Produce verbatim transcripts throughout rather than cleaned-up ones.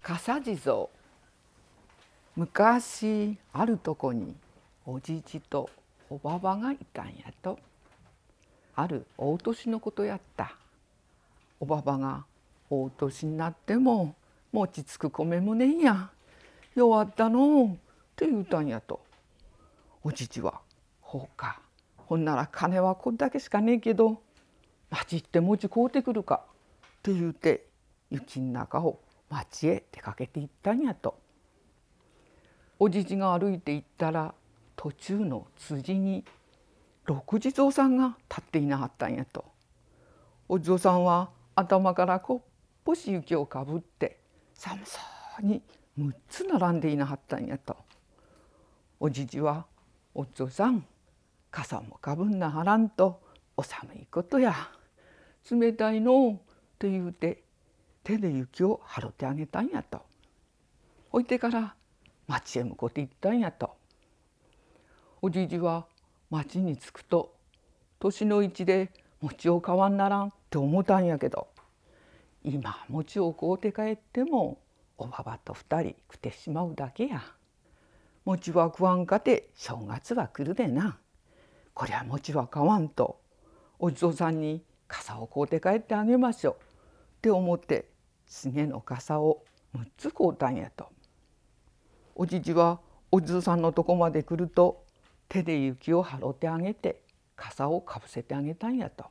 笠地蔵。昔あるとこにおじじとおばばがいたんやと。ある大年のことやった。おばばが大年になっても餅つく米もねんや、弱ったのって言うたんやと。おじじはほうか、ほんなら金はこんだけしかねえけど町行って餅買うてくるかって言うて雪の中を町へ出かけて行ったんやと。おじじが歩いて行ったら途中の辻に六地蔵さんが立っていなはったんやと。お地蔵さんは頭からこっぽし雪をかぶって寒そうにむっつ並んでいなはったんやと。おじじは「お地蔵さん、傘もかぶんなはらんとお寒いことや、冷たいの」って言うて手で雪を払ってあげたんやと。ほいてから町へ向こうて行ったんやと。おじじは町に着くと年の市で餅を買わんならんって思ったんやけど、今餅を買うて帰ってもおばばと二人食ってしまうだけや。餅は食わんかて正月は来るでな。こりゃ餅は買わんとお地蔵さんに傘を買うて帰ってあげましょうって思ってすげの傘をむっつ買うたんやと。おじじはお地蔵さんのとこまで来ると手で雪を払ってあげて傘をかぶせてあげたんやと。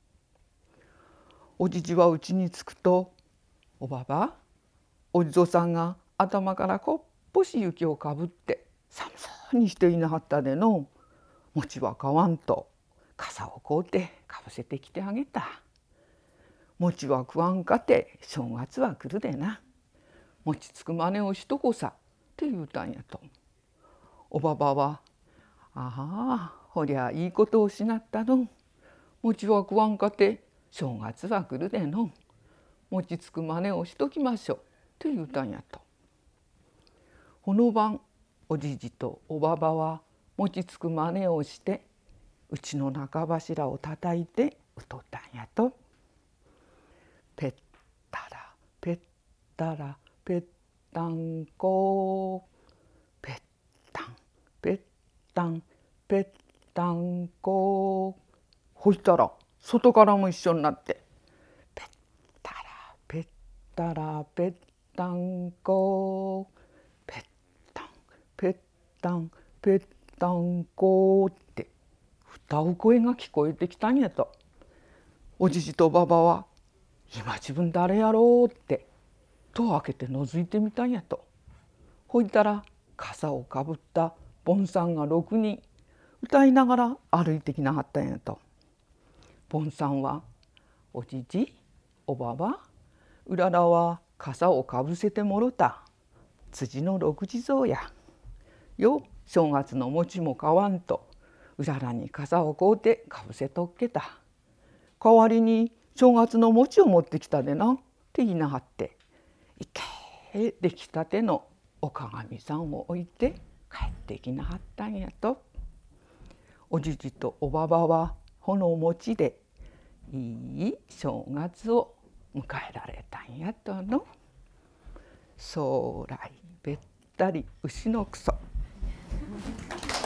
おじじはうちに着くと「おばば、お地蔵さんが頭からこっぽし雪をかぶって寒そうにしていなはったでの。餅は買わんと傘を買うてかぶせてきてあげた。餅は食わんかて正月は来るでな。餅つくまねをしとこさ」って言うたんやと。おばばは「ああ、ほりゃいいことをしなったの。餅は食わんかて正月は来るでの。餅つくまねをしときましょう」って言うたんやと。ほの晩おじじとおばばは餅つくまねをしてうちの中柱をたたいてうとったんやと。ぺったらぺったらぺったんこ、ぺったんぺったんぺったんこ。ほいたら外からも一緒になって「ぺったらぺったらぺったんこ、ぺったんぺったんぺったんこ」って歌う声が聞こえてきたんやと。おじじとおばばは「今自分誰やろう」って戸を開けてのぞいてみたんやと。ほいたら傘をかぶった坊さんがろくにん歌いながら歩いてきなはったんやと。坊さんは「おじじ、おばば、うららは傘をかぶせてもろた辻の六地蔵や。よ、正月の餅も買わんとうららに傘を買うてかぶせとっけた。代わりに正月の餅を持ってきたでな」って言いなはっていけ出来たてのお鏡さんを置いて帰ってきなはったんやと。おじじとおばばはほの餅でいい正月を迎えられたんやとの。将来べったり牛のくそ。